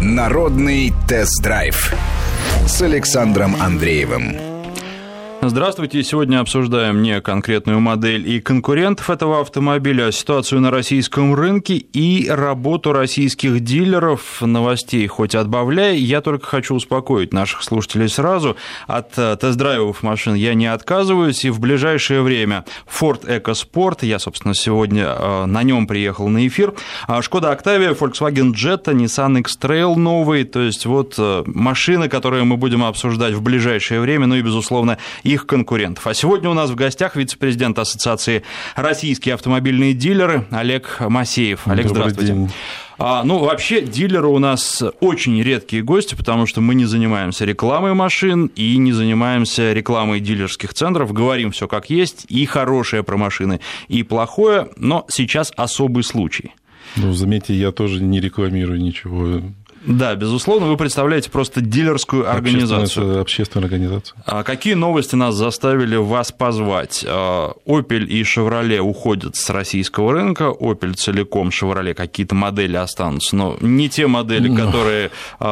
Народный тест-драйв с Александром Андреевым. Здравствуйте. Сегодня обсуждаем не конкретную модель и конкурентов этого автомобиля, а ситуацию на российском рынке и работу российских дилеров. Новостей хоть отбавляй. Я только хочу успокоить наших слушателей сразу. От тест-драйвов машин я не отказываюсь. И в ближайшее время Ford EcoSport, я, собственно, сегодня на нем приехал на эфир, Шкода Octavia, Volkswagen Jetta, Nissan X-Trail новый. То есть вот машины, которые мы будем обсуждать в ближайшее время, ну и, безусловно, их конкурентов. А сегодня у нас в гостях вице-президент Ассоциации «Российские автомобильные дилеры» Олег Масеев. Олег, здравствуйте. Вообще, дилеры у нас очень редкие гости, потому что мы не занимаемся рекламой машин и не занимаемся рекламой дилерских центров, говорим все как есть, и хорошее про машины, и плохое, но сейчас особый случай. Заметьте, я тоже не рекламирую ничего. Да, безусловно, вы представляете просто дилерскую организацию. Общественную организацию. Какие новости нас заставили вас позвать? Opel и Chevrolet уходят с российского рынка, Opel целиком, Chevrolet какие-то модели останутся, но не те модели, которые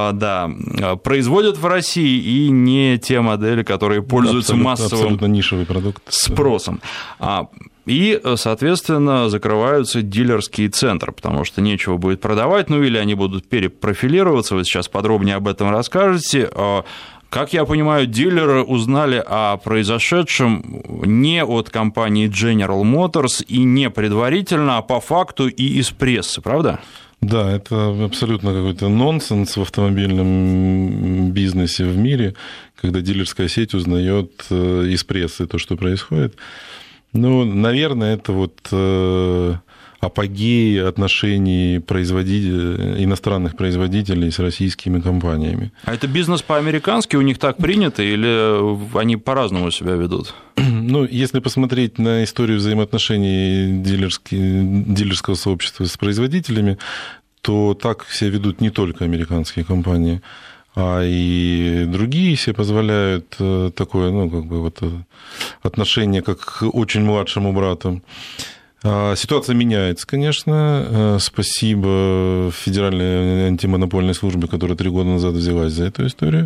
производят в России, и не те модели, которые пользуются массовым абсолютно нишевый продукт. Спросом. И, соответственно, закрываются дилерские центры, потому что нечего будет продавать, или они будут перепрофилироваться, вы сейчас подробнее об этом расскажете. Как я понимаю, дилеры узнали о произошедшем не от компании General Motors и не предварительно, а по факту и из прессы, правда? Да, это абсолютно какой-то нонсенс в автомобильном бизнесе в мире, когда дилерская сеть узнает из прессы то, что происходит. Наверное, это апогей отношений иностранных производителей с российскими компаниями. А это бизнес по-американски, у них так принято, или они по-разному себя ведут? Если посмотреть на историю взаимоотношений дилерского сообщества с производителями, то так себя ведут не только американские компании, а и другие себе позволяют такое, отношение как к очень младшему брату. Ситуация меняется, конечно. Спасибо Федеральной антимонопольной службе, которая 3 года назад взялась за эту историю.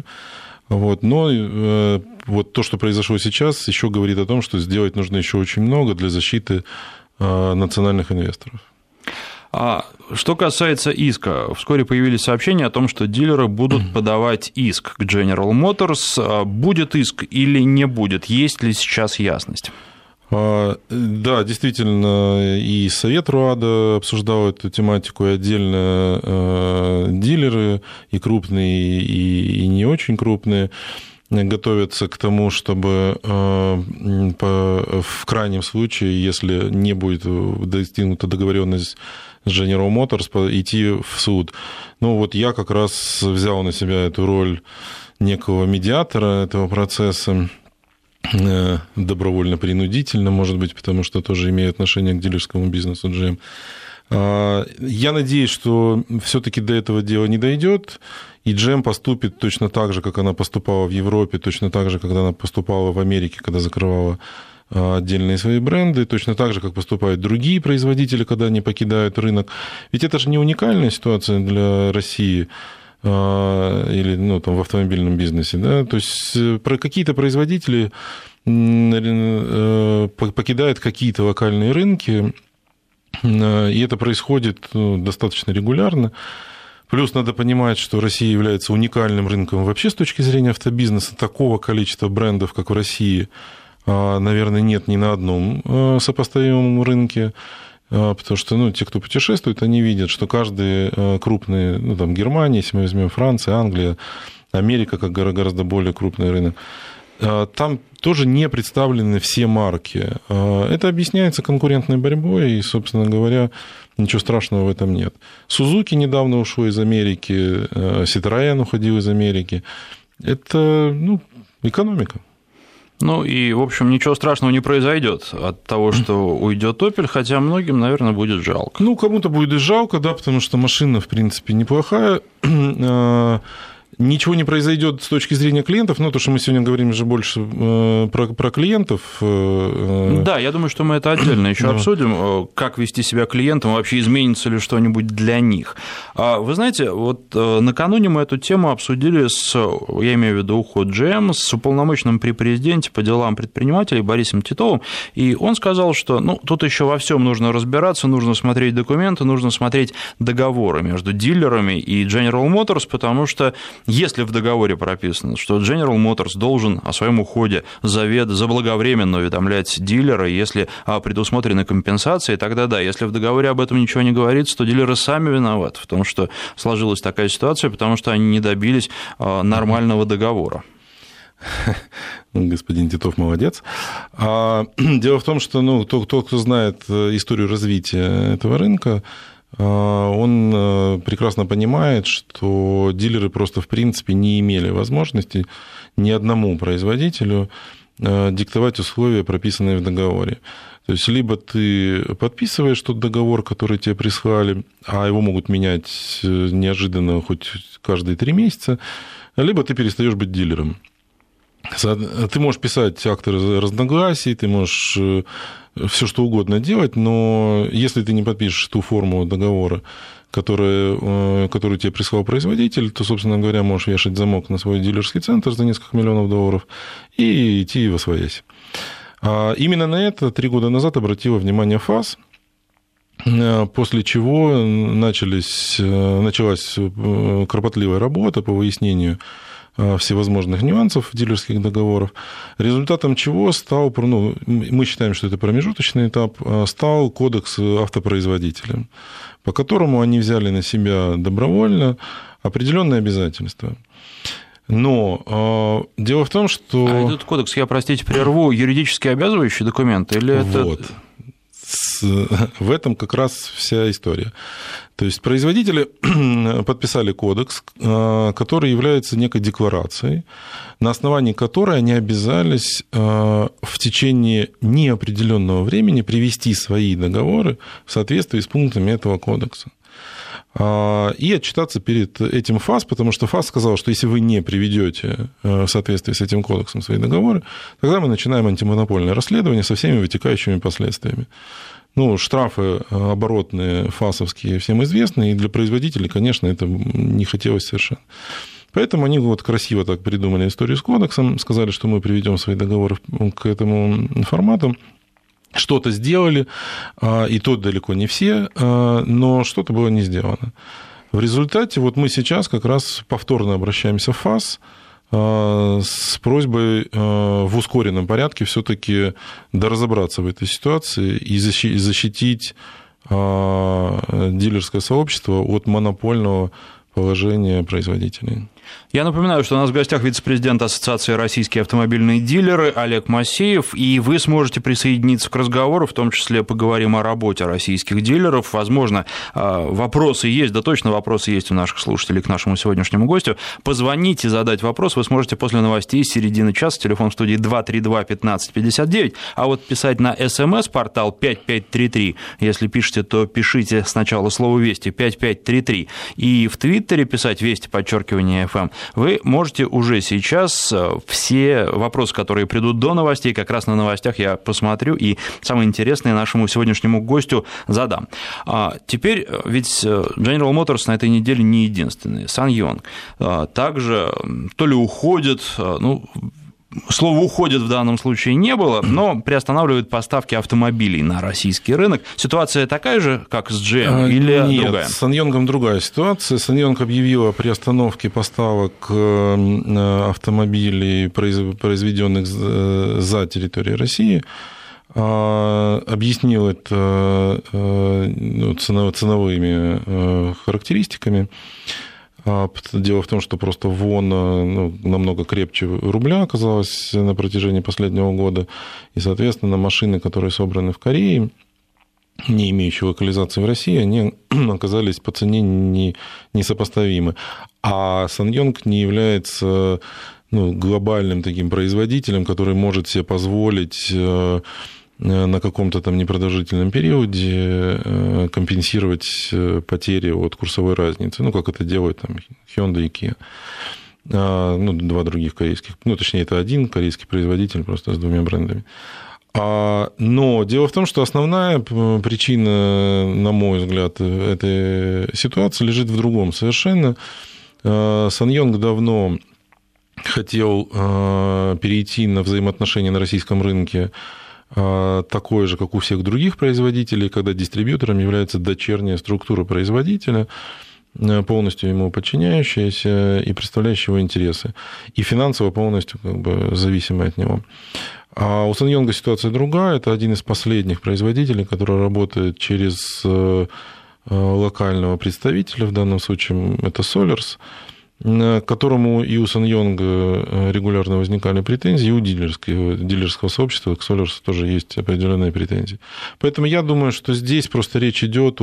Но то, что произошло сейчас, еще говорит о том, что сделать нужно еще очень много для защиты национальных инвесторов. Что касается иска, вскоре появились сообщения о том, что дилеры будут подавать иск к General Motors. Будет иск или не будет? Есть ли сейчас ясность? Да, действительно, и Совет РУАДа обсуждал эту тематику, и отдельно дилеры, и крупные, и не очень крупные, готовятся к тому, чтобы в крайнем случае, если не будет достигнута договоренность с General Motors, идти в суд. Я как раз взял на себя эту роль некого медиатора этого процесса, добровольно-принудительно, может быть, потому что тоже имею отношение к дилерскому бизнесу GM. Я надеюсь, что все-таки до этого дела не дойдет, и GM поступит точно так же, как она поступала в Европе, точно так же, когда она поступала в Америке, когда закрывала отдельные свои бренды, точно так же, как поступают другие производители, когда они покидают рынок. Ведь это же не уникальная ситуация для России или в автомобильном бизнесе. Да? То есть какие-то производители покидают какие-то локальные рынки, и это происходит достаточно регулярно. Плюс надо понимать, что Россия является уникальным рынком вообще с точки зрения автобизнеса. Такого количества брендов, как в России, наверное, нет ни на одном сопоставимом рынке, потому что те, кто путешествует, они видят, что каждый крупный, Германия, если мы возьмем Франция, Англия, Америка, как гораздо более крупный рынок, там тоже не представлены все марки. Это объясняется конкурентной борьбой, и, собственно говоря, ничего страшного в этом нет. Сузуки недавно ушло из Америки, Citroёn уходил из Америки. Это, экономика. И, в общем, ничего страшного не произойдет от того, что уйдет Opel, хотя многим, наверное, будет жалко. Кому-то будет и жалко, да, потому что машина, в принципе, неплохая. ничего не произойдет с точки зрения клиентов, то, что мы сегодня говорим же больше про клиентов. Да, я думаю, что мы это отдельно еще обсудим, как вести себя клиентам, вообще изменится ли что-нибудь для них. Вы знаете, вот накануне мы эту тему обсудили я имею в виду уход GM, с уполномоченным при президенте по делам предпринимателей Борисом Титовым, и он сказал, что тут еще во всем нужно разбираться, нужно смотреть документы, нужно смотреть договоры между дилерами и General Motors, потому что если в договоре прописано, что General Motors должен о своем уходе заблаговременно уведомлять дилера, если предусмотрены компенсации, тогда да, если в договоре об этом ничего не говорится, то дилеры сами виноваты в том, что сложилась такая ситуация, потому что они не добились нормального договора. Господин Титов молодец. Дело в том, что тот, кто знает историю развития этого рынка, он прекрасно понимает, что дилеры просто в принципе не имели возможности ни одному производителю диктовать условия, прописанные в договоре. То есть либо ты подписываешь тот договор, который тебе прислали, а его могут менять неожиданно хоть каждые 3 месяца, либо ты перестаешь быть дилером. Ты можешь писать акты разногласий, ты можешь все что угодно делать, но если ты не подпишешь ту форму договора, которую тебе прислал производитель, то, собственно говоря, можешь вешать замок на свой дилерский центр за несколько миллионов долларов и идти восвоясь. Именно на это 3 года назад обратила внимание ФАС, после чего началась кропотливая работа по выяснению всевозможных нюансов дилерских договоров, результатом чего стал, мы считаем, что это промежуточный этап, стал кодекс автопроизводителя, по которому они взяли на себя добровольно определенные обязательства. Но дело в том, что... этот кодекс, я, простите, прерву, юридически обязывающий документ или это... Вот. В этом как раз вся история. То есть производители подписали кодекс, который является некой декларацией, на основании которой они обязались в течение неопределенного времени привести свои договоры в соответствии с пунктами этого кодекса. И отчитаться перед этим ФАС, потому что ФАС сказал, что если вы не приведете в соответствии с этим кодексом свои договоры, тогда мы начинаем антимонопольное расследование со всеми вытекающими последствиями. Штрафы оборотные, фасовские, всем известны, и для производителей, конечно, это не хотелось совершенно. Поэтому они красиво так придумали историю с кодексом, сказали, что мы приведем свои договоры к этому формату. Что-то сделали, и то далеко не все, но что-то было не сделано. В результате мы сейчас как раз повторно обращаемся в ФАС с просьбой в ускоренном порядке все-таки доразобраться в этой ситуации и защитить дилерское сообщество от монопольного положения производителей. Я напоминаю, что у нас в гостях вице-президент Ассоциации «Российские автомобильные дилеры» Олег Масеев, и вы сможете присоединиться к разговору, в том числе поговорим о работе российских дилеров. Возможно, вопросы есть, да точно вопросы есть у наших слушателей к нашему сегодняшнему гостю. Позвоните, задать вопрос вы сможете после новостей с середины часа, телефон в студии 232-1559, а писать на СМС-портал 5533, если пишете, то пишите сначала слово «Вести» 5533, и в Твиттере писать «Вести», _FM. Вы можете уже сейчас все вопросы, которые придут до новостей, как раз на новостях я посмотрю и самые интересные нашему сегодняшнему гостю задам. Теперь, ведь General Motors на этой неделе не единственный. SsangYong также то ли уходит, слова «уходит» в данном случае не было, но приостанавливает поставки автомобилей на российский рынок. Ситуация такая же, как с GM, или другая? Нет, с SsangYong другая ситуация. SsangYong объявила о приостановке поставок автомобилей, произведенных за территорией России. Объяснил это ценовыми характеристиками. Дело в том, что просто ВОН намного крепче рубля оказалась на протяжении последнего года, и, соответственно, машины, которые собраны в Корее, не имеющие локализации в России, они оказались по цене несопоставимы. А SsangYong не является глобальным таким производителем, который может себе позволить на каком-то там непродолжительном периоде компенсировать потери от курсовой разницы, ну, как это делают там Hyundai и Kia. Ну, два других корейских, ну, точнее, это один корейский производитель просто с двумя брендами. Но дело в том, что основная причина, на мой взгляд, этой ситуации лежит в другом совершенно. SsangYong давно хотел перейти на взаимоотношения на российском рынке такое же, как у всех других производителей, когда дистрибьютором является дочерняя структура производителя, полностью ему подчиняющаяся и представляющая его интересы, и финансово полностью как бы зависимая от него. А у SsangYong ситуация другая. Это один из последних производителей, который работает через локального представителя, в данном случае это Solers, к которому и у SsangYong регулярно возникали претензии, и у дилерского сообщества к Solers тоже есть определенные претензии. Поэтому я думаю, что здесь просто речь идет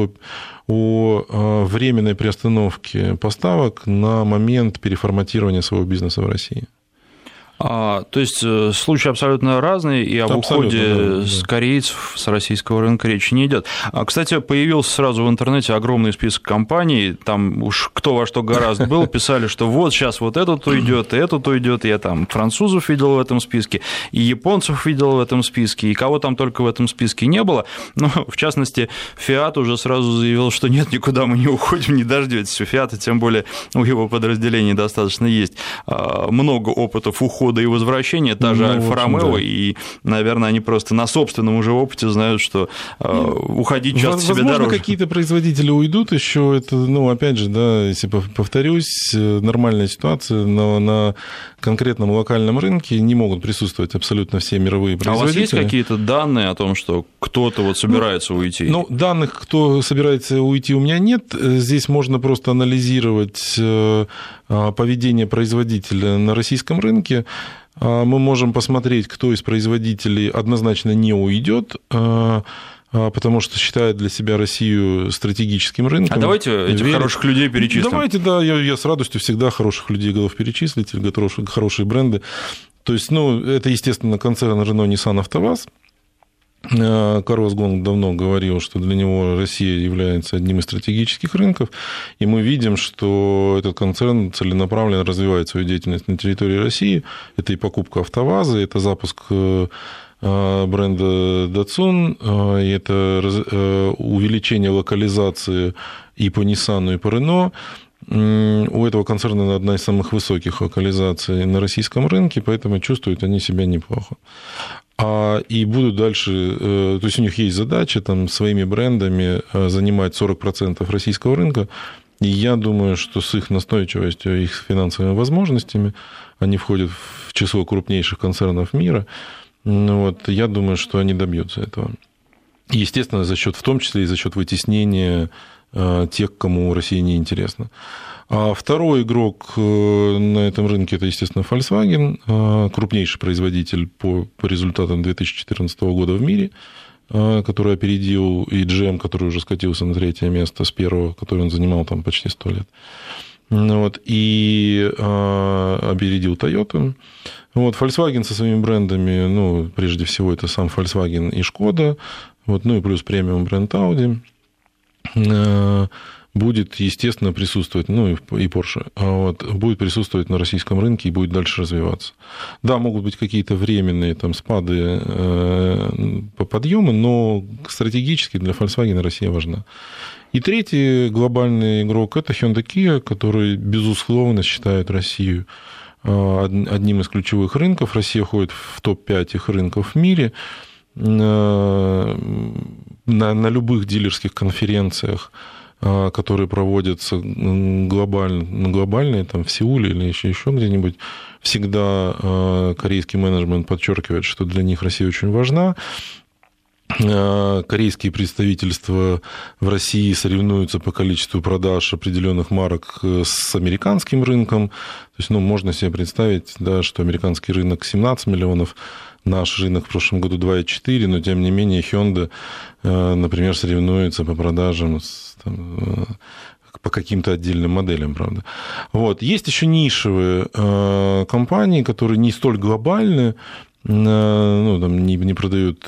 о временной приостановке поставок на момент переформатирования своего бизнеса в России. То есть случаи абсолютно разные, и об уходе с корейцев с российского рынка речи не идет. Кстати, появился сразу в интернете огромный список компаний, там уж кто во что гораздо был, писали, что вот сейчас вот этот уйдет, и этот уйдет. Я там французов видел в этом списке, и японцев видел в этом списке, и кого там только в этом списке не было. Но, в частности, Fiat уже сразу заявил, что нет, никуда мы не уходим, не дождётесь. У Fiat, тем более у его подразделений достаточно есть много опытов ухода и возвращения, та же Альфа-Ромео, и, наверное, они просто на собственном уже опыте знают, что уходить часто себе дороже. Возможно, какие-то производители уйдут еще, это, ну, опять же, да, если повторюсь, нормальная ситуация, но на конкретном локальном рынке не могут присутствовать абсолютно все мировые производители. А у вас есть какие-то данные о том, что кто-то вот собирается уйти? Ну, данных, кто собирается уйти, у меня нет. Здесь можно просто анализировать поведение производителя на российском рынке. Мы можем посмотреть, кто из производителей однозначно не уйдет, потому что считает для себя Россию стратегическим рынком. А давайте этих хороших людей перечислим. Давайте, да, я с радостью всегда хороших людей готов перечислить, хорошие бренды. То есть, ну, это, естественно, концерн Renault, Nissan, АвтоВАЗ. Карлос Гонг давно говорил, что для него Россия является одним из стратегических рынков, и мы видим, что этот концерн целенаправленно развивает свою деятельность на территории России. Это и покупка АвтоВАЗа, это запуск бренда Datsun, и это увеличение локализации и по Nissan, и по Renault. У этого концерна одна из самых высоких локализаций на российском рынке, поэтому чувствуют они себя неплохо. И будут дальше, то есть у них есть задача там, своими брендами занимать 40% российского рынка, и я думаю, что с их настойчивостью, их финансовыми возможностями, они входят в число крупнейших концернов мира, вот, я думаю, что они добьются этого. Естественно, в том числе и за счет вытеснения тех, кому Россия не интересна. А второй игрок на этом рынке – это, естественно, Volkswagen, крупнейший производитель по результатам 2014 года в мире, который опередил и GM, который уже скатился на 3-е место с первого, который он занимал там почти 100 лет. Вот, и опередил Toyota. Вот, Volkswagen со своими брендами, ну, прежде всего, это сам Volkswagen и Skoda, вот, ну и плюс премиум бренд Audi, будет, естественно, присутствовать, ну и Porsche, вот, будет присутствовать на российском рынке и будет дальше развиваться. Да, могут быть какие-то временные там спады, подъемы, но стратегически для Volkswagen Россия важна. И третий глобальный игрок – это Hyundai Kia, который, безусловно, считает Россию одним из ключевых рынков. Россия входит в топ-5 их рынков в мире. На любых дилерских конференциях, которые проводятся глобальные, там, в Сеуле или еще где-нибудь, всегда корейский менеджмент подчеркивает, что для них Россия очень важна. Корейские представительства в России соревнуются по количеству продаж определенных марок с американским рынком. То есть, ну, можно себе представить, да, что американский рынок 17 миллионов, наш рынок в прошлом году 2,4, но, тем не менее, Hyundai, например, соревнуется по продажам по каким-то отдельным моделям, правда. Вот. Есть еще нишевые компании, которые не столь глобальны, там не продают,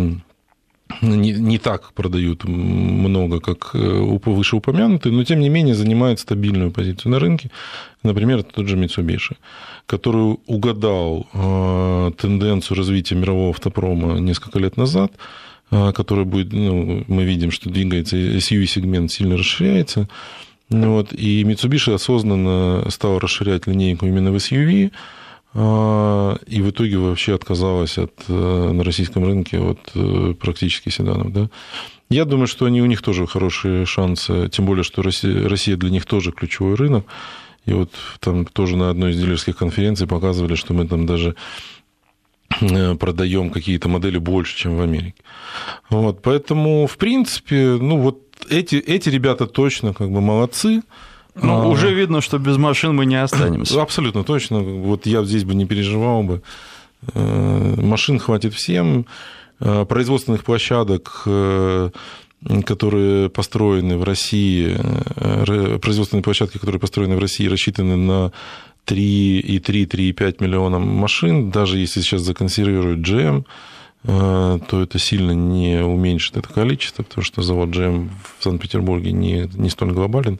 не так продают много, как вышеупомянутые, но, тем не менее, занимают стабильную позицию на рынке. Например, это тот же Mitsubishi, который угадал тенденцию развития мирового автопрома несколько лет назад, который будет, мы видим, что двигается, SUV-сегмент сильно расширяется. И Mitsubishi осознанно стал расширять линейку именно в SUV, и в итоге вообще отказалась на российском рынке от практически седанов. Да? Я думаю, что у них тоже хорошие шансы, тем более, что Россия для них тоже ключевой рынок. И вот там тоже на одной из дилерских конференций показывали, что мы там даже продаем какие-то модели больше, чем в Америке. Поэтому, в принципе, эти ребята точно молодцы. Уже видно, что без машин мы не останемся. Абсолютно точно. Я здесь бы не переживал бы. Машин хватит всем. Производственных площадок, которые построены в России, рассчитаны на 3,3-3,5 миллиона машин. Даже если сейчас законсервируют GM, то это сильно не уменьшит это количество, потому что завод GM в Санкт-Петербурге не столь глобален.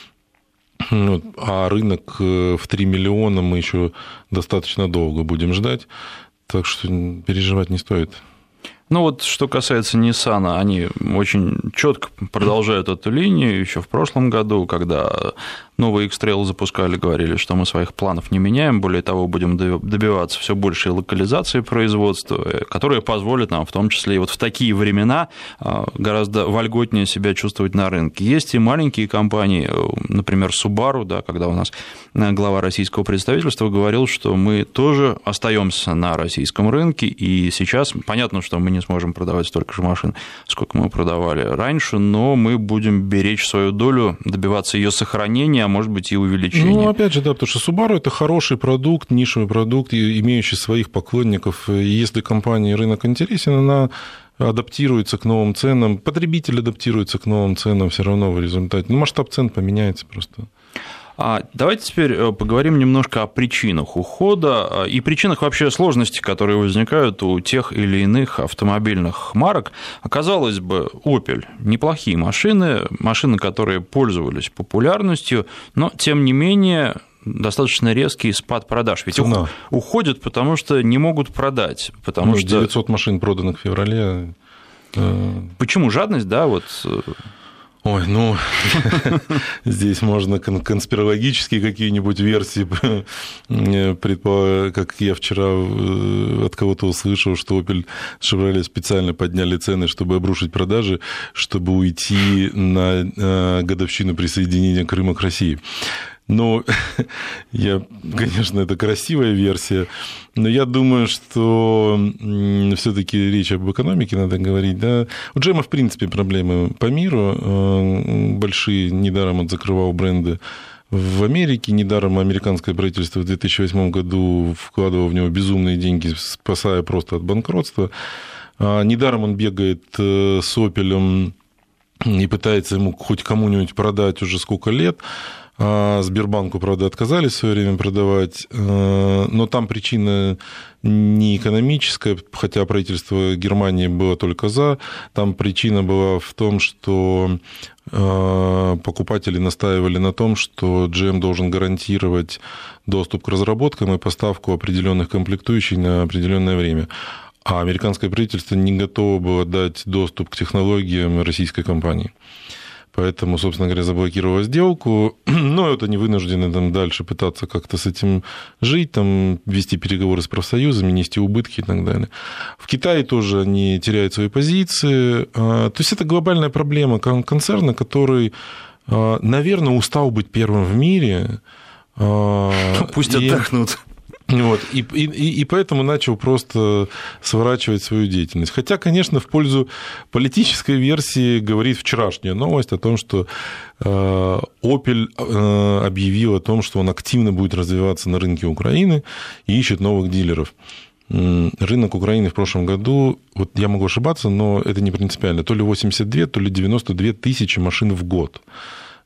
А рынок в 3 миллиона мы еще достаточно долго будем ждать, так что переживать не стоит. Что касается Nissan, они очень четко продолжают эту линию. Еще в прошлом году, когда новый X-Trail запускали, говорили, что мы своих планов не меняем, более того, будем добиваться все большей локализации производства, которая позволит нам, в том числе и в такие времена, гораздо вольготнее себя чувствовать на рынке. Есть и маленькие компании, например, Subaru, да, когда у нас глава российского представительства говорил, что мы тоже остаемся на российском рынке, и сейчас понятно, что мы не сможем продавать столько же машин, сколько мы продавали раньше, но мы будем беречь свою долю, добиваться ее сохранения, а может быть и увеличения. Опять же, да, потому что Subaru – это хороший продукт, нишевый продукт, имеющий своих поклонников. И если компании рынок интересен, она адаптируется к новым ценам, потребитель адаптируется к новым ценам все равно в результате. Масштаб цен поменяется просто. Давайте теперь поговорим немножко о причинах ухода и причинах вообще сложностей, которые возникают у тех или иных автомобильных марок. Казалось бы, Opel – неплохие машины, которые пользовались популярностью, но, тем не менее, достаточно резкий спад продаж. Ведь уходят, потому что не могут продать. Потому что 900 машин проданных в феврале. Почему жадность, да, здесь можно конспирологические какие-нибудь версии, как я вчера от кого-то услышал, что Opel Chevrolet специально подняли цены, чтобы обрушить продажи, чтобы уйти на годовщину присоединения Крыма к России. Конечно, это красивая версия, но я думаю, что все-таки речь об экономике надо говорить. Да? У GM, в принципе, проблемы по миру большие. Недаром он закрывал бренды в Америке, недаром американское правительство в 2008 году вкладывало в него безумные деньги, спасая просто от банкротства. Недаром он бегает с Opel и пытается ему хоть кому-нибудь продать уже сколько лет. Сбербанку, правда, отказались в свое время продавать, но там причина не экономическая, хотя правительство Германии было только за. Там причина была в том, что покупатели настаивали на том, что GM должен гарантировать доступ к разработкам и поставку определенных комплектующих на определенное время. А американское правительство не готово было дать доступ к технологиям российской компании. Поэтому, собственно говоря, заблокировала сделку. Но это не вынуждены дальше пытаться как-то с этим жить, вести переговоры с профсоюзами, нести убытки и так далее. В Китае тоже они теряют свои позиции. То есть это глобальная проблема концерна, который, наверное, устал быть первым в мире. Пусть отдохнут. И поэтому начал просто сворачивать свою деятельность. Хотя, конечно, в пользу политической версии говорит вчерашняя новость о том, что Opel объявил о том, что он активно будет развиваться на рынке Украины и ищет новых дилеров. Рынок Украины в прошлом году, я могу ошибаться, но это не принципиально, то ли 82, то ли 92 тысячи машин в год.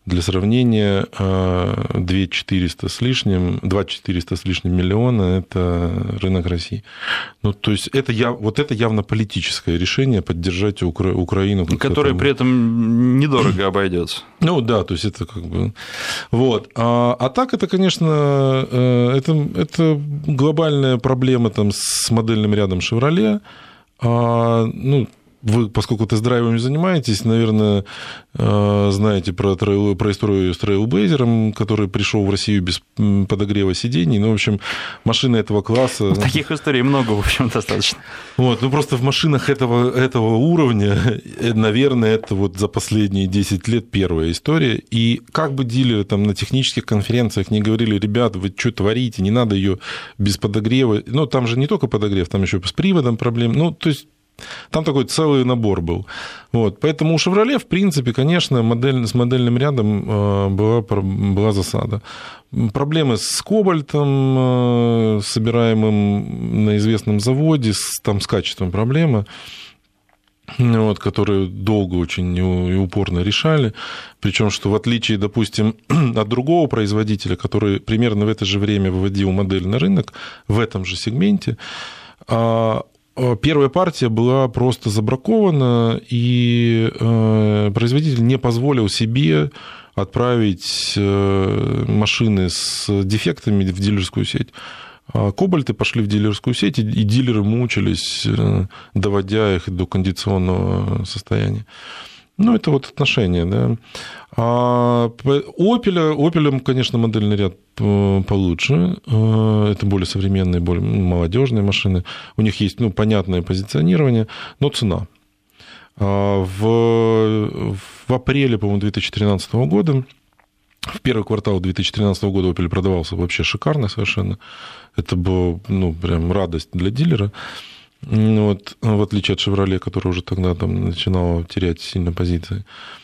Для сравнения, 2 400 с лишним миллиона – это рынок России. Ну, то есть это явно политическое решение поддержать Украину. Которое при этом недорого обойдется. Ну да, то есть это как бы... Вот. А так это, конечно, это глобальная проблема там, с модельным рядом Chevrolet. Ну, вы, поскольку тест-драйвами занимаетесь, наверное, знаете про историю с Trailblazer, который пришел в Россию без подогрева сидений. Ну, в общем, машины этого класса... Таких историй много, в общем, достаточно. Вот, ну, просто в машинах этого уровня, наверное, это вот за последние 10 лет первая история. И как бы дилеры там на технических конференциях не говорили: ребята, вы что творите, не надо ее без подогрева. Ну, там же не только подогрев, там еще с приводом проблем. Ну, то есть там такой целый набор был. Вот. Поэтому у «Шевроле», в принципе, конечно, с модельным рядом была засада. Проблемы с кобальтом, собираемым на известном заводе, с качеством проблемы, вот, которые долго очень и упорно решали. Причем, что в отличие, допустим, от другого производителя, который примерно в это же время выводил модель на рынок в этом же сегменте, первая партия была просто забракована, и производитель не позволил себе отправить машины с дефектами в дилерскую сеть. Кобальты пошли в дилерскую сеть, и дилеры мучились, доводя их до кондиционного состояния. Ну, это вот отношения, да. А Opel, конечно, модельный ряд получше. Это более современные, более молодежные машины. У них есть, понятное позиционирование, но цена. В апреле, по-моему, 2013 года, в первый квартал 2013 года Opel продавался вообще шикарно совершенно. Это была, прям радость для дилера. Вот, в отличие от Chevrolet, который уже тогда там начинал терять сильно позиции.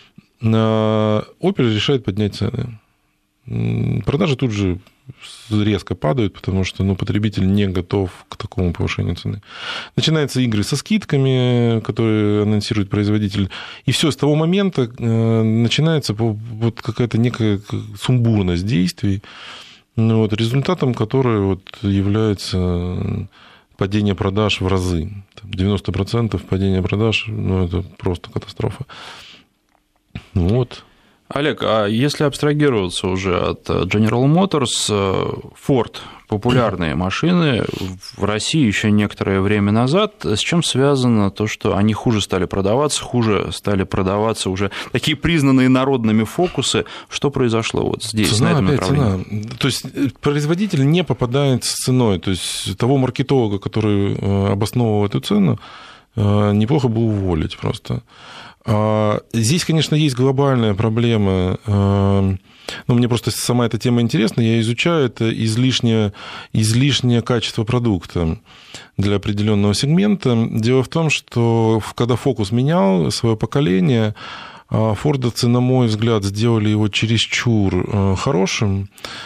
Opel решает поднять цены. Продажи тут же резко падают, потому что потребитель не готов к такому повышению цены. Начинаются игры со скидками, которые анонсирует производитель. И все, с того момента начинается вот какая-то некая сумбурность действий, результатом которой является падение продаж в разы. 90% падения продаж, это просто катастрофа. Вот. Олег, а если абстрагироваться уже от General Motors, Ford, популярные машины в России еще некоторое время назад, с чем связано то, что они хуже стали продаваться уже такие признанные народными фокусы? Что произошло вот здесь, цена, на этом направлении? Цена. То есть производитель не попадает с ценой, то есть того маркетолога, который обосновывал эту цену, неплохо бы уволить просто. Здесь, конечно, есть глобальная проблема. Мне просто сама эта тема интересна. Я изучаю это излишнее качество продукта для определенного сегмента. Дело в том, что когда Focus менял свое поколение, фордовцы, на мой взгляд, сделали его чересчур хорошим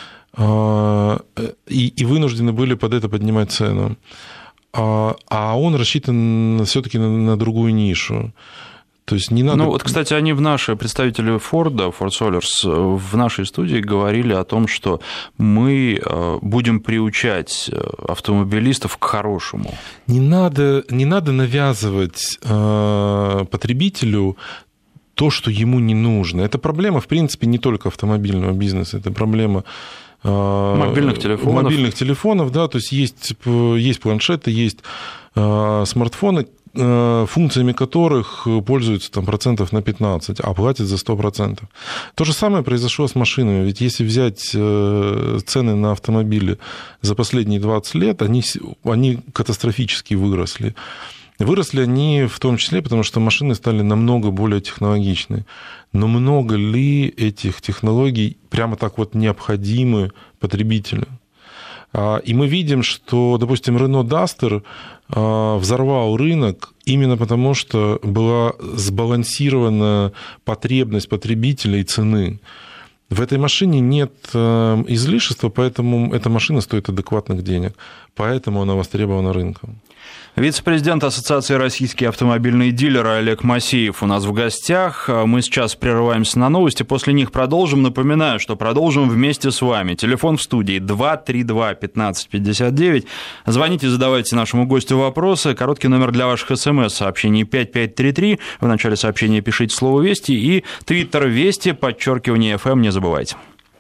и вынуждены были под это поднимать цену. А он рассчитан все-таки на другую нишу. То есть не надо... кстати, представители Ford Solers, в нашей студии говорили о том, что мы будем приучать автомобилистов к хорошему. Не надо навязывать потребителю то, что ему не нужно. Это проблема, в принципе, не только автомобильного бизнеса, это проблема мобильных телефонов, да, то есть есть планшеты, есть смартфоны, функциями которых пользуются там 15%, а платят за 100%. То же самое произошло с машинами. Ведь если взять цены на автомобили за последние 20 лет, они катастрофически выросли. Выросли они в том числе, потому что машины стали намного более технологичны. Но много ли этих технологий прямо так необходимы потребителю? И мы видим, что, допустим, Renault Duster взорвал рынок именно потому, что была сбалансирована потребность потребителя и цены. В этой машине нет излишества, поэтому эта машина стоит адекватных денег. Поэтому она востребована рынком. Вице-президент Ассоциации «Российские автомобильные дилеры» Олег Масеев у нас в гостях. Мы сейчас прерываемся на новости, после них продолжим. Напоминаю, что продолжим вместе с вами. Телефон в студии 232-1559. Звоните, задавайте нашему гостю вопросы. Короткий номер для ваших СМС-сообщений 5533. В начале сообщения пишите слово «Вести» и твиттер «Вести», _FM, не забывайте.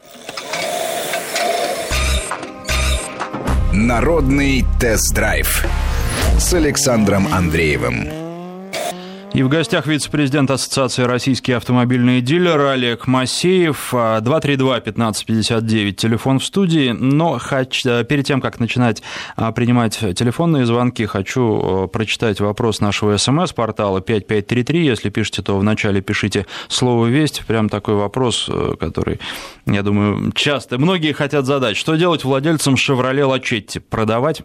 Народный тест-драйв с Александром Андреевым. И в гостях вице-президент Ассоциации «Российские автомобильные дилеры» Олег Масеев. 232-1559, телефон в студии. Но перед тем, как начинать принимать телефонные звонки, хочу прочитать вопрос нашего СМС-портала 5533. Если пишете, то вначале пишите слово «Весть». Прям такой вопрос, который, я думаю, часто многие хотят задать. Что делать владельцам «Шевроле Лачетти»? Продавать?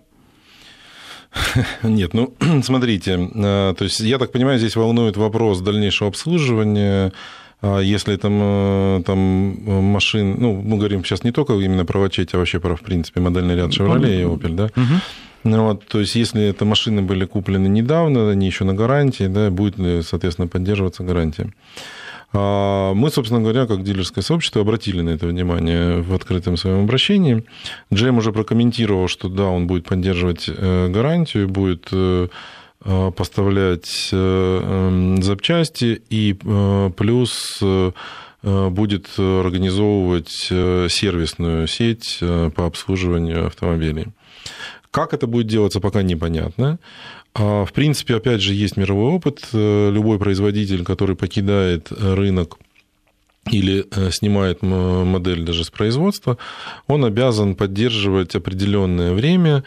Нет, ну, смотрите, то есть, я так понимаю, здесь волнует вопрос дальнейшего обслуживания, если там машин, ну, мы говорим сейчас не только именно про Лачетти, а вообще про, в принципе, модельный ряд Chevrolet и Opel, да? Вот, то есть, если это машины были куплены недавно, они еще на гарантии, да, будет, соответственно, поддерживаться гарантия. Мы, собственно говоря, как дилерское сообщество, обратили на это внимание в открытом своем обращении. GM уже прокомментировал, что да, он будет поддерживать гарантию, будет поставлять запчасти и плюс будет организовывать сервисную сеть по обслуживанию автомобилей. Как это будет делаться, пока непонятно. В принципе, опять же, есть мировой опыт. Любой производитель, который покидает рынок или снимает модель даже с производства, он обязан поддерживать определенное время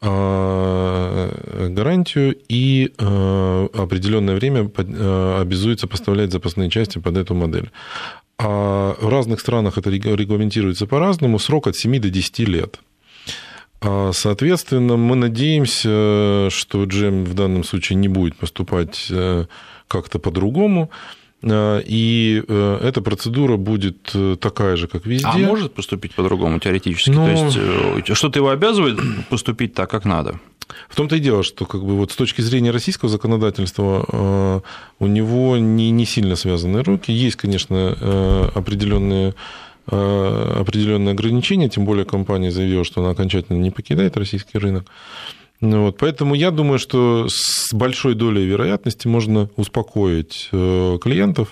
гарантию и определенное время обязуется поставлять запасные части под эту модель. А в разных странах это регламентируется по-разному, срок от 7 до 10 лет. Соответственно, мы надеемся, что GM в данном случае не будет поступать как-то по-другому, и эта процедура будет такая же, как везде. А может поступить по-другому теоретически? То есть что-то его обязывает поступить так, как надо? В том-то и дело, что как бы вот с точки зрения российского законодательства у него не сильно связаны руки. Есть, конечно, определенные ограничения, тем более компания заявила, что она окончательно не покидает российский рынок. Вот, поэтому я думаю, что с большой долей вероятности можно успокоить клиентов,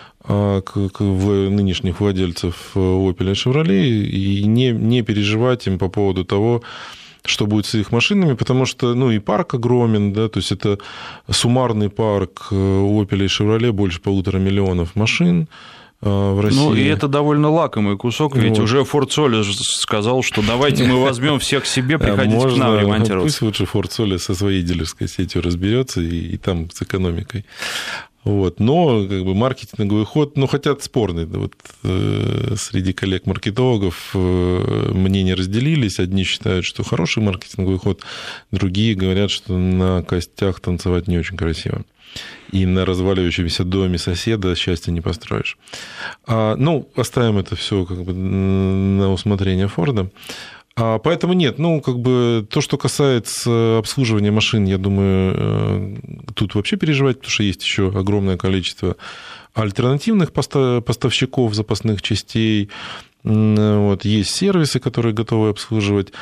нынешних владельцев Opel и Chevrolet, и не переживать им по поводу того, что будет с их машинами, потому что, ну, и парк огромен, да, то есть это суммарный парк Opel и Chevrolet больше 1,5 миллиона машин в России. Ну, и это довольно лакомый кусок, ведь вот. Уже Ford Solus сказал, что давайте мы возьмем всех себе, приходите к нам ремонтироваться. Пусть лучше Ford Solus со своей дилерской сетью разберется и там с экономикой. Вот. Но как бы маркетинговый ход, ну, хотя спорный. Вот, среди коллег-маркетологов мнения разделились. Одни считают, что хороший маркетинговый ход, другие говорят, что на костях танцевать не очень красиво. И на разваливающемся доме соседа счастья не построишь. Ну, оставим это все как бы на усмотрение Форда. Поэтому нет, ну, как бы то, что касается обслуживания машин, я думаю, тут вообще переживать, потому что есть еще огромное количество альтернативных поставщиков запасных частей, вот, есть сервисы, которые готовы обслуживать.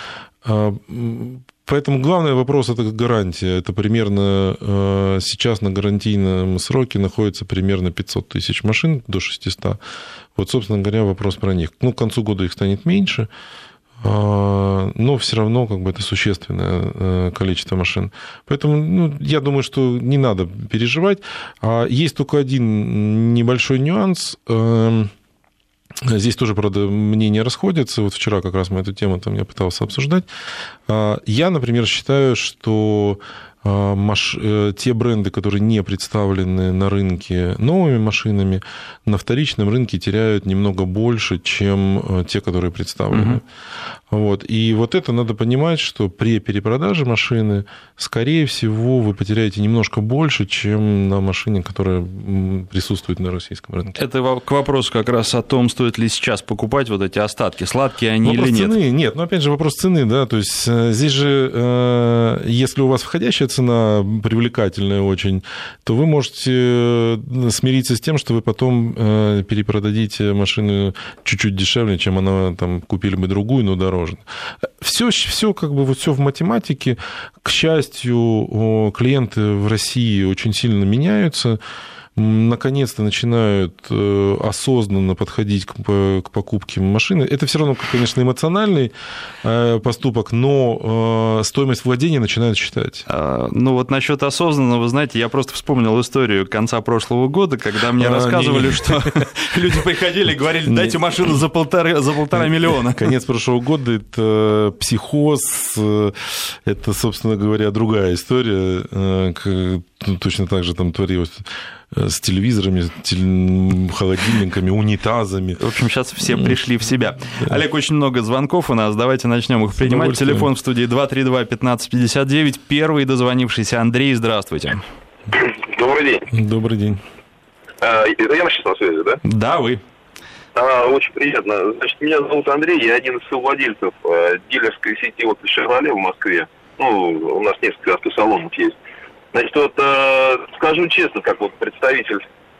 Поэтому главный вопрос – это гарантия. Это примерно сейчас на гарантийном сроке находится примерно 500 тысяч машин до 600. Вот, собственно говоря, вопрос про них. Ну, к концу года их станет меньше, но все равно как бы это существенное количество машин. Поэтому, ну, я думаю, что не надо переживать. Есть только один небольшой нюанс. Здесь тоже, правда, мнения расходятся. Вот вчера как раз мы эту тему я пытался обсуждать. Я, например, считаю, что те бренды, которые не представлены на рынке новыми машинами, на вторичном рынке теряют немного больше, чем те, которые представлены. Вот. И вот это надо понимать, что при перепродаже машины, скорее всего, вы потеряете немножко больше, чем на машине, которая присутствует на российском рынке. Это к вопросу как раз о том, стоит ли сейчас покупать вот эти остатки, сладкие они вопрос или нет. Цены? Нет, но опять же вопрос цены, да, то есть здесь же, если у вас входящая цена привлекательная очень, то вы можете смириться с тем, что вы потом перепродадите машину чуть-чуть дешевле, чем она там купили бы другую, но дороже. Все как бы вот все в математике. К счастью, клиенты в России очень сильно меняются. Наконец-то начинают осознанно подходить к покупке машины. Это все равно, конечно, эмоциональный поступок, но стоимость владения начинают считать. Ну вот насчет осознанного, вы знаете, я просто вспомнил историю конца прошлого года, когда мне рассказывали, что люди приходили и говорили, дайте машину за полтора миллиона. Конец прошлого года – это психоз, это, собственно говоря, другая история. Точно так же там творилось с телевизорами, холодильниками, унитазами. В общем, сейчас все пришли в себя. Да. Олег, очень много звонков у нас, давайте начнем их принимать. Телефон в студии 232-1559. Первый дозвонившийся Андрей, здравствуйте. Добрый день. Добрый день. Я сейчас на связи, да? Да, вы. Очень приятно. Значит, меня зовут Андрей, я один из совладельцев дилерской сети вот «Шевроле» в Москве. Ну, у нас несколько автосалонов есть. Значит, вот скажу честно, как вот представитель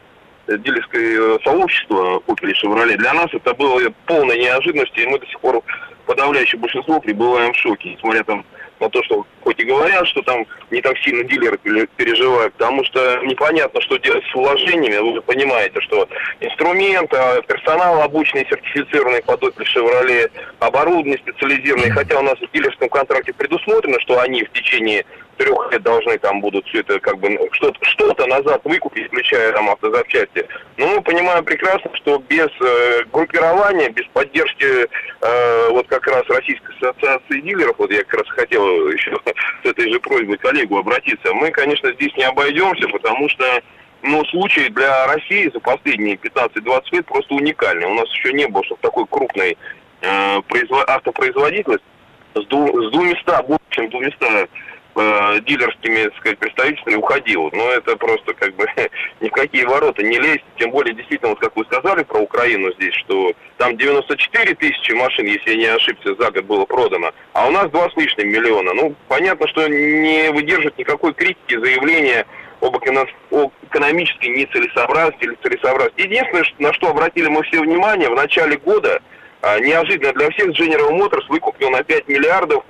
дилерского сообщества Opel и Chevrolet, для нас это было полной неожиданностью, и мы до сих пор, подавляющее большинство, пребываем в шоке, несмотря там на то, что хоть и говорят, что там не так сильно дилеры переживают, потому что непонятно, что делать с вложениями. Вы понимаете, что инструмент, персонал обученный, сертифицированный под Opel Chevrolet, оборудование специализированное, хотя у нас в дилерском контракте предусмотрено, что они в течение 3 лет должны там будут все это как бы что-то назад выкупить, включая там автозапчасти. Но мы понимаем прекрасно, что без группирования, без поддержки вот как раз Российской ассоциации дилеров, вот я как раз хотел еще с этой же просьбой к коллегу обратиться, мы, конечно, здесь не обойдемся, потому что случай для России за последние 15-20 лет просто уникальный. У нас еще не было, чтобы такой крупной автопроизводительности с 200, больше чем 200 дилерскими, так сказать, представителями уходил. Но это просто как бы ни в какие ворота не лезть. Тем более, действительно, вот как вы сказали про Украину здесь, что там 94 тысячи машин, если я не ошибся, за год было продано, а у нас 2 с лишним миллиона. Ну, понятно, что не выдержит никакой критики заявления об экономической нецелесообразности или целесообразности. Единственное, на что обратили мы все внимание, в начале года неожиданно для всех General Motors выкупил на 5 миллиардов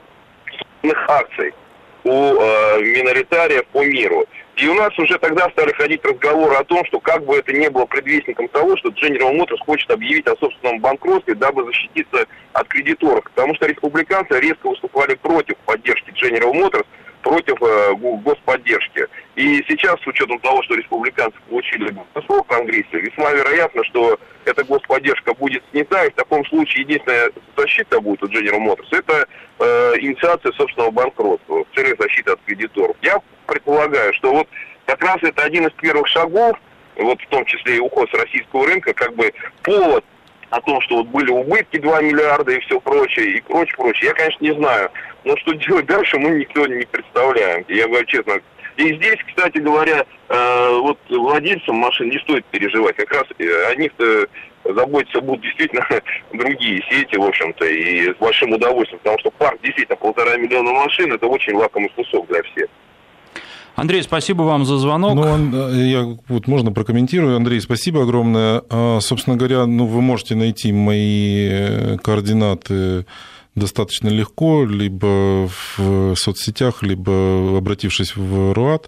акций у миноритариев по миру. И у нас уже тогда стали ходить разговоры о том, что как бы это не было предвестником того, что General Motors хочет объявить о собственном банкротстве, дабы защититься от кредиторов. Потому что республиканцы резко выступали против поддержки General Motors, против господдержки. И сейчас, с учетом того, что республиканцы получили большинство в Конгрессе, весьма вероятно, что эта господдержка будет снята, и в таком случае единственная защита будет у General Motors, это инициация собственного банкротства в целях защиты от кредиторов. Я предполагаю, что вот как раз это один из первых шагов, вот в том числе и уход с российского рынка, как бы повод о том, что вот были убытки 2 миллиарда и все прочее, и прочее, я, конечно, не знаю. Но что делать дальше, мы никто не представляем. Я говорю честно. И здесь, кстати говоря, вот владельцам машин не стоит переживать. Как раз о них-то заботиться будут действительно другие сети, в общем-то, и с большим удовольствием. Потому что парк действительно 1,5 миллиона машин, это очень лакомый кусок для всех. Андрей, спасибо вам за звонок. Я вот можно прокомментирую. Андрей, спасибо огромное. Собственно говоря, вы можете найти мои координаты достаточно легко, либо в соцсетях, либо обратившись в РУАТ.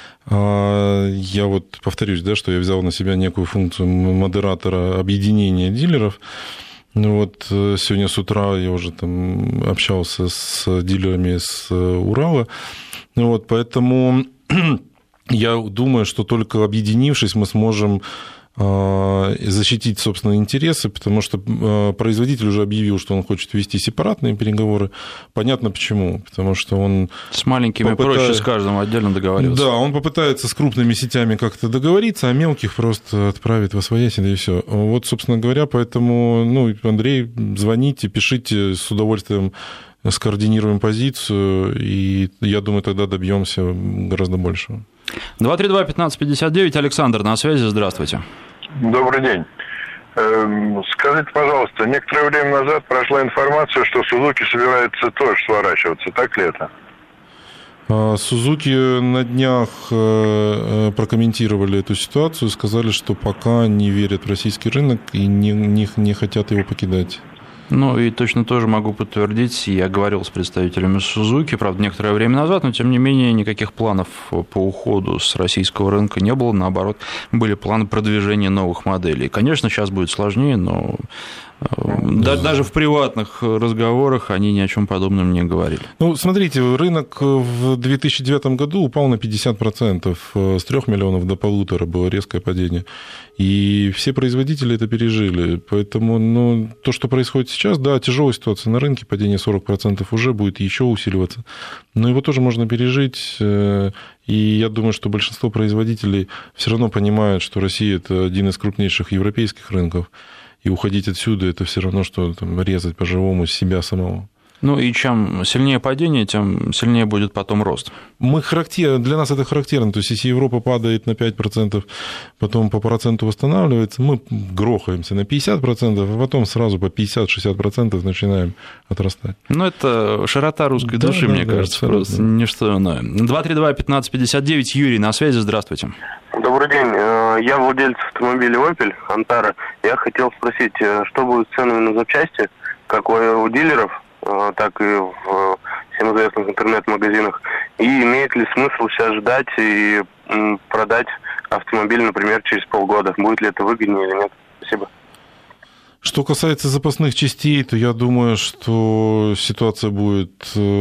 Я вот повторюсь, да, что я взял на себя некую функцию модератора объединения дилеров. Вот сегодня с утра я уже там общался с дилерами с Урала. Вот, поэтому я думаю, что только объединившись, мы сможем защитить собственные интересы, потому что производитель уже объявил, что он хочет вести сепаратные переговоры. Понятно почему. Потому что он... С маленькими проще с каждым отдельно договариваться. Да, он попытается с крупными сетями как-то договориться, а мелких просто отправит восвояси, да и все. Вот, собственно говоря, поэтому, Андрей, звоните, пишите, с удовольствием скоординируем позицию, и я думаю, тогда добьемся гораздо большего. 232-1559, Александр на связи, здравствуйте. Добрый день. Скажите, пожалуйста, некоторое время назад прошла информация, что Сузуки собирается тоже сворачиваться, так ли это? Сузуки на днях прокомментировали эту ситуацию, сказали, что пока не верят в российский рынок и не хотят его покидать. И точно тоже могу подтвердить, я говорил с представителями Сузуки, правда, некоторое время назад, но, тем не менее, никаких планов по уходу с российского рынка не было, наоборот, были планы продвижения новых моделей. Конечно, сейчас будет сложнее, но даже в приватных разговорах они ни о чем подобном не говорили. Смотрите, рынок в 2009 году упал на 50%, с 3 миллионов до 1,5 было резкое падение, и все производители это пережили, поэтому то, что происходит сейчас, да, тяжелая ситуация на рынке, падение 40% уже будет еще усиливаться, но его тоже можно пережить, и я думаю, что большинство производителей все равно понимают, что Россия – это один из крупнейших европейских рынков, и уходить отсюда – это все равно, что резать по-живому себя самого. И чем сильнее падение, тем сильнее будет потом рост. Для нас это характерно. То есть, если Европа падает на 5%, потом по проценту восстанавливается, мы грохаемся на 50%, а потом сразу по 50-60% начинаем отрастать. Это широта русской души, мне кажется, абсолютно. Просто ничто иное. 232-1559, Юрий на связи, здравствуйте. Добрый день. Я владелец автомобиля Opel Antara. Я хотел спросить, что будет с ценами на запчасти, как у дилеров, так и в всем известных интернет-магазинах. И имеет ли смысл сейчас ждать и продать автомобиль, например, через полгода? Будет ли это выгоднее или нет? Спасибо. Что касается запасных частей, то я думаю, что ситуация будет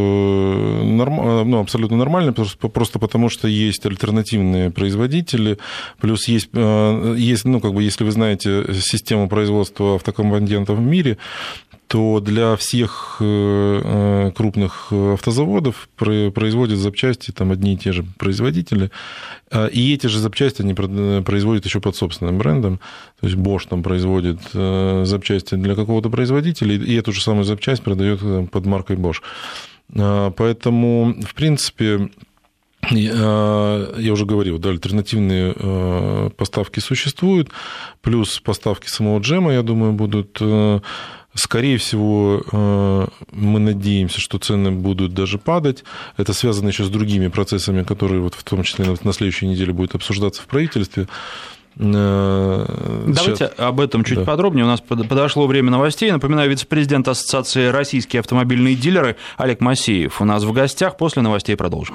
абсолютно нормальной, просто потому что есть альтернативные производители, плюс есть если вы знаете систему производства автокомпонентов в мире, то для всех крупных автозаводов производят запчасти одни и те же производители, и эти же запчасти они производят еще под собственным брендом. То есть Bosch производит запчасти для какого-то производителя, и эту же самую запчасть продает под маркой Bosch. Поэтому, в принципе, я уже говорил, да, альтернативные поставки существуют, плюс поставки самого джема, я думаю, будут. Скорее всего, мы надеемся, что цены будут даже падать. Это связано еще с другими процессами, которые в том числе на следующей неделе будут обсуждаться в правительстве. Давайте об этом чуть подробнее. У нас подошло время новостей. Напоминаю, вице-президент Ассоциации «Российские автомобильные дилеры» Олег Моисеев у нас в гостях. После новостей продолжим.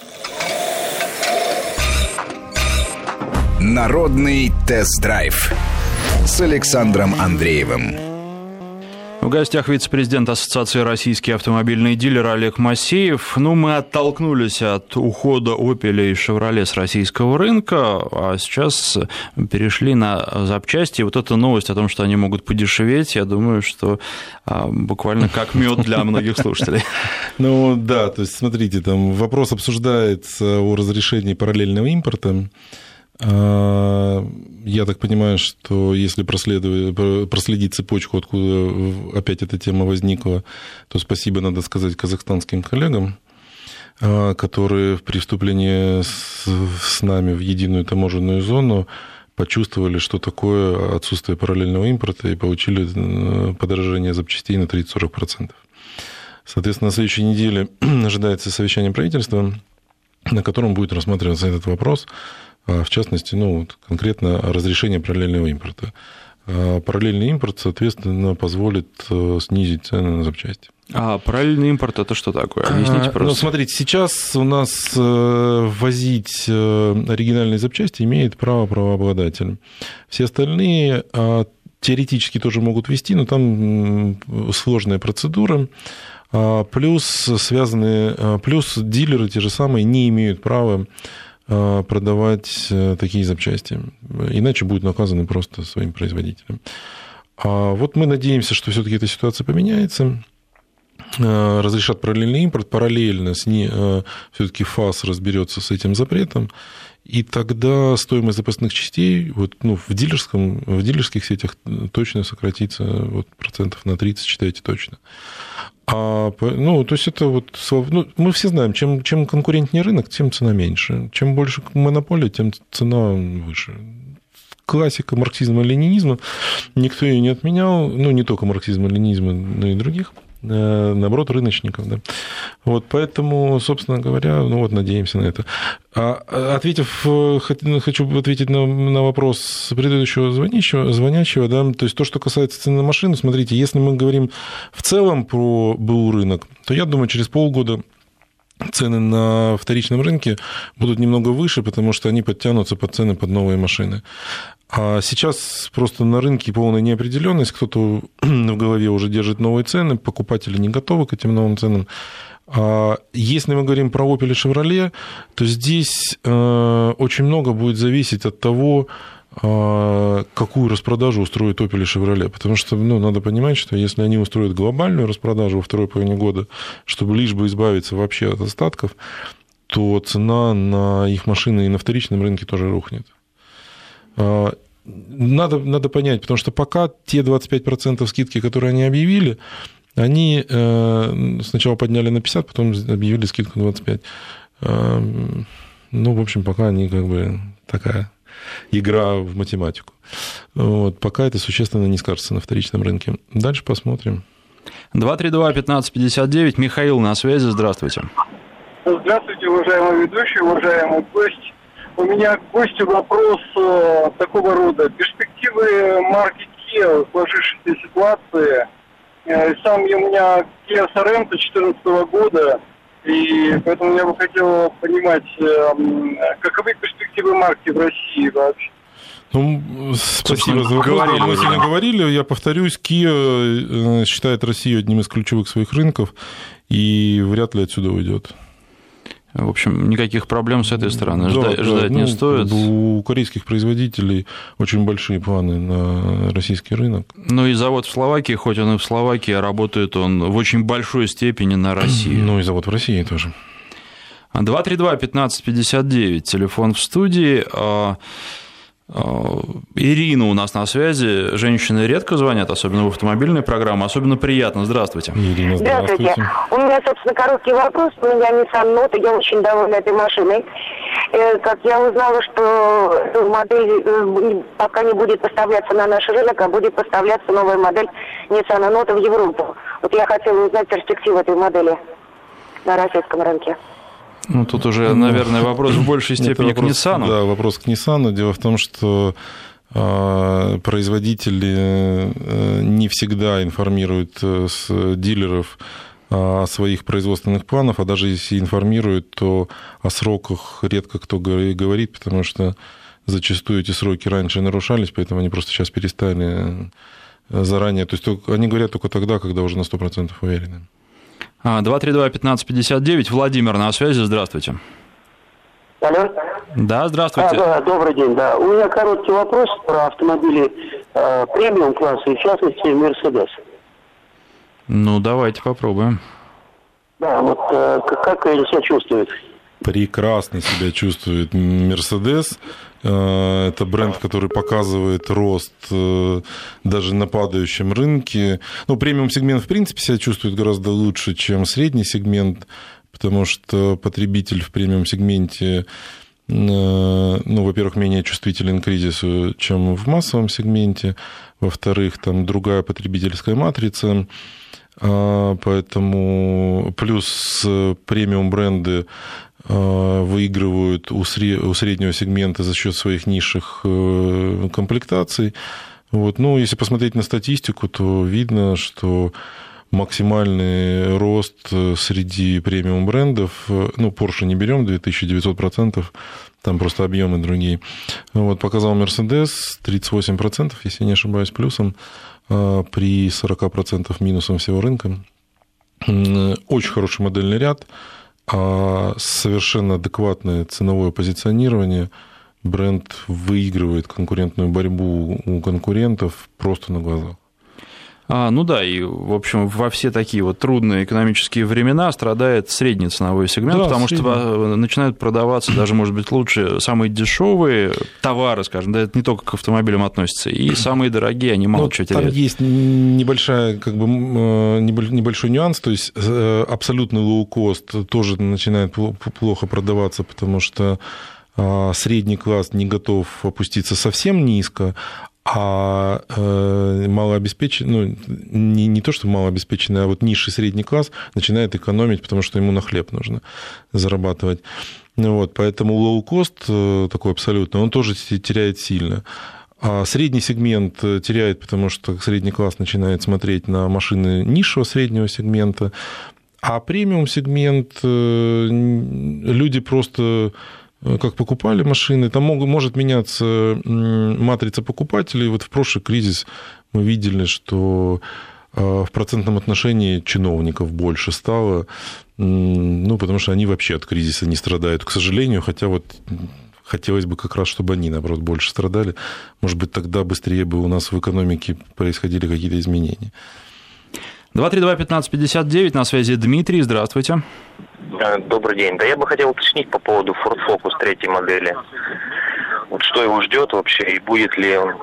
Народный тест-драйв с Александром Андреевым. В гостях вице-президент Ассоциации «Российские автомобильные дилеры» Олег Моисеев. Мы оттолкнулись от ухода Opel и Chevrolet с российского рынка, а сейчас перешли на запчасти. Вот эта новость о том, что они могут подешеветь, я думаю, что буквально как мед для многих слушателей. Да, то есть, смотрите, там вопрос обсуждается о разрешении параллельного импорта. Я так понимаю, что если проследить цепочку, откуда опять эта тема возникла, то спасибо надо сказать казахстанским коллегам, которые при вступлении с нами в единую таможенную зону почувствовали, что такое отсутствие параллельного импорта, и получили подорожание запчастей на 30-40%. Соответственно, на следующей неделе ожидается совещание правительства, на котором будет рассматриваться этот вопрос, в частности, конкретно разрешение параллельного импорта. Параллельный импорт, соответственно, позволит снизить цены на запчасти. А параллельный импорт – это что такое? Объясните просто. Смотрите, сейчас у нас возить оригинальные запчасти имеет право правообладатель. Все остальные теоретически тоже могут везти, но там сложная процедура. Плюс дилеры те же самые не имеют права продавать такие запчасти. Иначе будут наказаны просто своим производителям. А вот мы надеемся, что все-таки эта ситуация поменяется. Разрешат параллельный импорт, параллельно с ней все-таки ФАС разберется с этим запретом, и тогда стоимость запасных частей вот, в дилерских сетях точно сократится вот, процентов на 30, считайте точно. То есть это вот, мы все знаем, чем конкурентнее рынок, тем цена меньше. Чем больше монополия, тем цена выше. Классика марксизма-ленинизма, никто ее не отменял, не только марксизма-ленинизма, но и других, наоборот, рыночников. Да. Вот, поэтому, собственно говоря, надеемся на это. Хочу ответить на вопрос предыдущего звонящего, да, то есть то, что касается цены на машину, смотрите, если мы говорим в целом про БУ рынок, то я думаю, через полгода цены на вторичном рынке будут немного выше, потому что они подтянутся под цены под новые машины. А сейчас просто на рынке полная неопределенность, кто-то в голове уже держит новые цены, покупатели не готовы к этим новым ценам. А если мы говорим про Opel и Chevrolet, то здесь очень много будет зависеть от того, какую распродажу устроит Opel и Chevrolet. Потому что надо понимать, что если они устроят глобальную распродажу во второй половине года, чтобы лишь бы избавиться вообще от остатков, то цена на их машины и на вторичном рынке тоже рухнет. Надо понять, потому что пока те 25% скидки, которые они объявили, они сначала подняли на 50, потом объявили скидку 25. В общем, пока они такая игра в математику. Вот, пока это существенно не скажется на вторичном рынке. Дальше посмотрим. 232-1559. Михаил на связи. Здравствуйте. Здравствуйте, уважаемый ведущий, уважаемый гость. У меня к гостю вопрос такого рода. Перспективы марки Kia в сложившейся ситуации. Сам у меня Kia Sorento 2014 года, и поэтому я бы хотел понимать, каковы перспективы марки в России вообще. Спасибо за вопрос. Мы сегодня говорили, я повторюсь, Kia считает Россию одним из ключевых своих рынков и вряд ли отсюда уйдет. В общем, никаких проблем с этой стороны ждать не стоит. У корейских производителей очень большие планы на российский рынок. И завод в Словакии, хоть он и в Словакии, работает он в очень большой степени на Россию. И завод в России тоже. 232-1559, телефон в студии. Ирина у нас на связи. Женщины редко звонят, особенно в автомобильной программе. Особенно приятно. Здравствуйте. Ирина, здравствуйте. У меня, собственно, короткий вопрос. У меня Nissan Note, я очень довольна этой машиной. Как я узнала, что эта модель пока не будет поставляться на наш рынок, а будет поставляться новая модель Nissan Note в Европу. Вот я хотела узнать перспективу этой модели на российском рынке. Тут уже, наверное, вопрос в большей степени к Nissan. Да, вопрос к Nissan. Дело в том, что производители не всегда информируют дилеров о своих производственных планах, а даже если информируют, то о сроках редко кто говорит, потому что зачастую эти сроки раньше нарушались, поэтому они просто сейчас перестали заранее. То есть они говорят только тогда, когда уже на 100% уверены. 232-1559. Владимир на связи. Здравствуйте. Алло. Да, здравствуйте. Добрый день, да. У меня короткий вопрос про автомобили премиум класса, и в частности Mercedes. Давайте попробуем. Да, вот как они себя чувствуют? Прекрасно себя чувствует Mercedes. Это бренд, который показывает рост даже на падающем рынке. Премиум-сегмент, в принципе, себя чувствует гораздо лучше, чем средний сегмент, потому что потребитель в премиум-сегменте, во-первых, менее чувствителен к кризису, чем в массовом сегменте. Во-вторых, там другая потребительская матрица. Поэтому плюс премиум-бренды выигрывают у среднего сегмента за счет своих низших комплектаций. Если посмотреть на статистику, то видно, что максимальный рост среди премиум-брендов, Porsche не берем, 2900%, там просто объемы другие. Показал Mercedes 38%, если не ошибаюсь, плюсом, при 40% минусом всего рынка. Очень хороший модельный ряд. а совершенно адекватное ценовое позиционирование, бренд выигрывает конкурентную борьбу у конкурентов просто на глазах. Ну да, и, в общем, во все такие вот трудные экономические времена страдает средний ценовой сегмент, да, потому что начинают продаваться даже, может быть, лучше самые дешевые товары, скажем, да, это не только к автомобилям относится, и самые дорогие, они мало чего теряют. Там есть небольшой нюанс, то есть абсолютный low-cost тоже начинает плохо продаваться, потому что средний класс не готов опуститься совсем низко, а малообеспеченный, не то, что малообеспеченный, а вот низший средний класс начинает экономить, потому что ему на хлеб нужно зарабатывать. Вот, поэтому low-cost такой абсолютный, он тоже теряет сильно. А средний сегмент теряет, потому что средний класс начинает смотреть на машины низшего среднего сегмента, а премиум-сегмент люди просто... как покупали машины, там может меняться матрица покупателей. Вот в прошлый кризис мы видели, что в процентном отношении чиновников больше стало, потому что они вообще от кризиса не страдают, к сожалению, хотя вот хотелось бы как раз, чтобы они, наоборот, больше страдали. Может быть, тогда быстрее бы у нас в экономике происходили какие-то изменения. 232-1559, на связи Дмитрий, здравствуйте. Добрый день. Да я бы хотел уточнить по поводу Ford Focus 3 модели. Вот что его ждет вообще и будет ли он...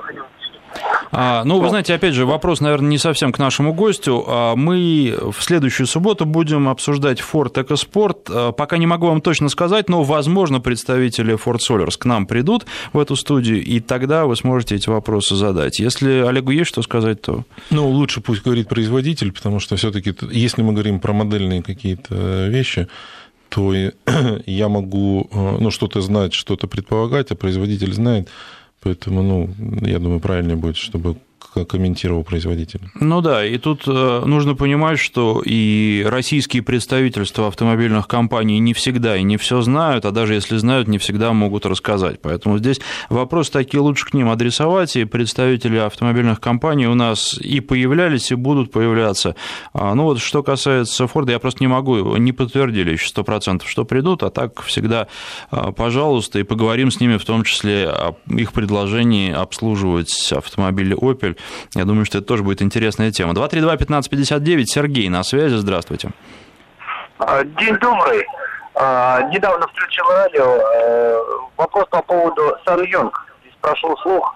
Вы знаете, опять же, вопрос, наверное, не совсем к нашему гостю. Мы в следующую субботу будем обсуждать Ford EcoSport. Пока не могу вам точно сказать, но, возможно, представители Ford Solars к нам придут в эту студию, и тогда вы сможете эти вопросы задать. Если Олегу есть что сказать, то... Лучше пусть говорит производитель, потому что все-таки, если мы говорим про модельные какие-то вещи, то я могу что-то знать, что-то предполагать, а производитель знает. Поэтому, я думаю, правильнее будет, чтобы комментировал производитель. Да, и тут нужно понимать, что и российские представительства автомобильных компаний не всегда и не все знают, а даже если знают, не всегда могут рассказать. Поэтому здесь вопросы такие лучше к ним адресовать, и представители автомобильных компаний у нас и появлялись, и будут появляться. Что касается Форда, я просто не могу, не подтвердили еще 100%, что придут, а так всегда, пожалуйста, и поговорим с ними, в том числе о их предложении обслуживать автомобили Opel. Я думаю, что это тоже будет интересная тема. 232-1559, Сергей на связи, здравствуйте. День добрый. Недавно включил радио. Вопрос по поводу SsangYong. Здесь прошел слух,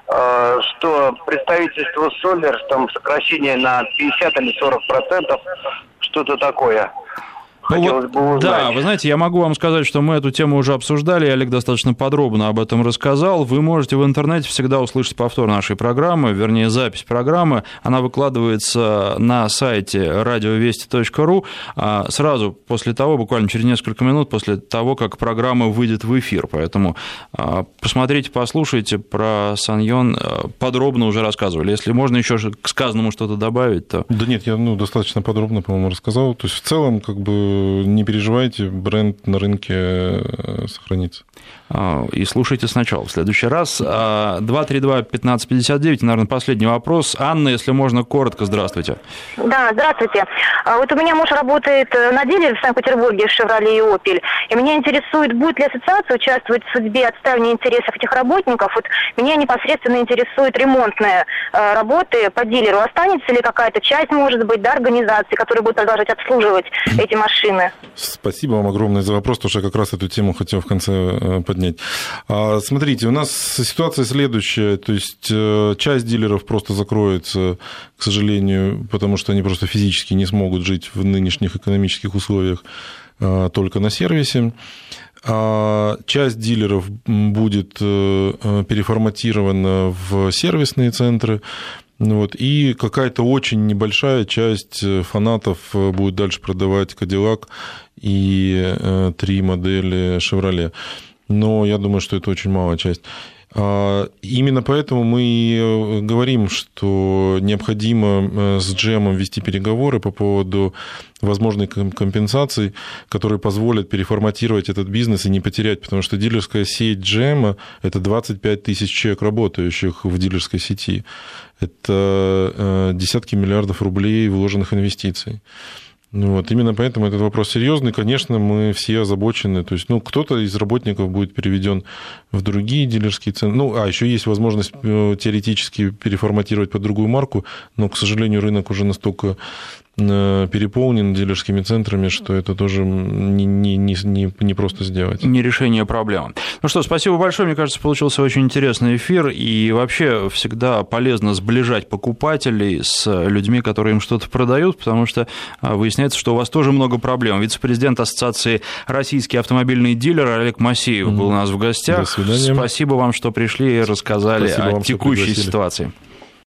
что представительство Solar, там сокращение на 50 или 40%, что-то такое. Да, вы знаете, я могу вам сказать, что мы эту тему уже обсуждали, и Олег достаточно подробно об этом рассказал. Вы можете в интернете всегда услышать повтор нашей программы, вернее, запись программы. Она выкладывается на сайте radiovesti.ru сразу после того, буквально через несколько минут после того, как программа выйдет в эфир. Поэтому посмотрите, послушайте, про SsangYong подробно уже рассказывали. Если можно еще к сказанному что-то добавить, то... Да нет, я достаточно подробно, по-моему, рассказал. То есть в целом, не переживайте, бренд на рынке сохранится. И слушайте сначала, в следующий раз. 232-1559, наверное, последний вопрос. Анна, если можно, коротко, здравствуйте. Да, здравствуйте. Вот у меня муж работает на дилере в Санкт-Петербурге, Chevrolet и Opel, и меня интересует, будет ли ассоциация участвовать в судьбе отставления интересов этих работников. Вот меня непосредственно интересует ремонтная работы по дилеру. Останется ли какая-то часть, может быть, организации, которая будет продолжать обслуживать эти машины? Спасибо вам огромное за вопрос, потому что я как раз эту тему хотел в конце поднять. Смотрите, у нас ситуация следующая, то есть часть дилеров просто закроется, к сожалению, потому что они просто физически не смогут жить в нынешних экономических условиях только на сервисе. Часть дилеров будет переформатирована в сервисные центры, и какая-то очень небольшая часть фанатов будет дальше продавать Cadillac и 3 модели Chevrolet. Но я думаю, что это очень малая часть. Именно поэтому мы говорим, что необходимо с GM вести переговоры по поводу возможной компенсации, которые позволят переформатировать этот бизнес и не потерять, потому что дилерская сеть GM – это 25 тысяч человек, работающих в дилерской сети. Это десятки миллиардов рублей вложенных инвестиций. Вот, именно поэтому этот вопрос серьезный. Конечно, мы все озабочены. То есть, кто-то из работников будет переведен в другие дилерские центры. А еще есть возможность теоретически переформатировать под другую марку, но, к сожалению, рынок уже настолько переполнен дилерскими центрами, что это тоже не просто сделать. Не решение проблемы. Ну что, спасибо большое. Мне кажется, получился очень интересный эфир. И вообще всегда полезно сближать покупателей с людьми, которые им что-то продают, потому что выясняется, что у вас тоже много проблем. Вице-президент Ассоциации «Российские автомобильные дилеры» Олег Масеев был у нас в гостях. До свидания. Спасибо вам, что пришли и рассказали о текущей ситуации.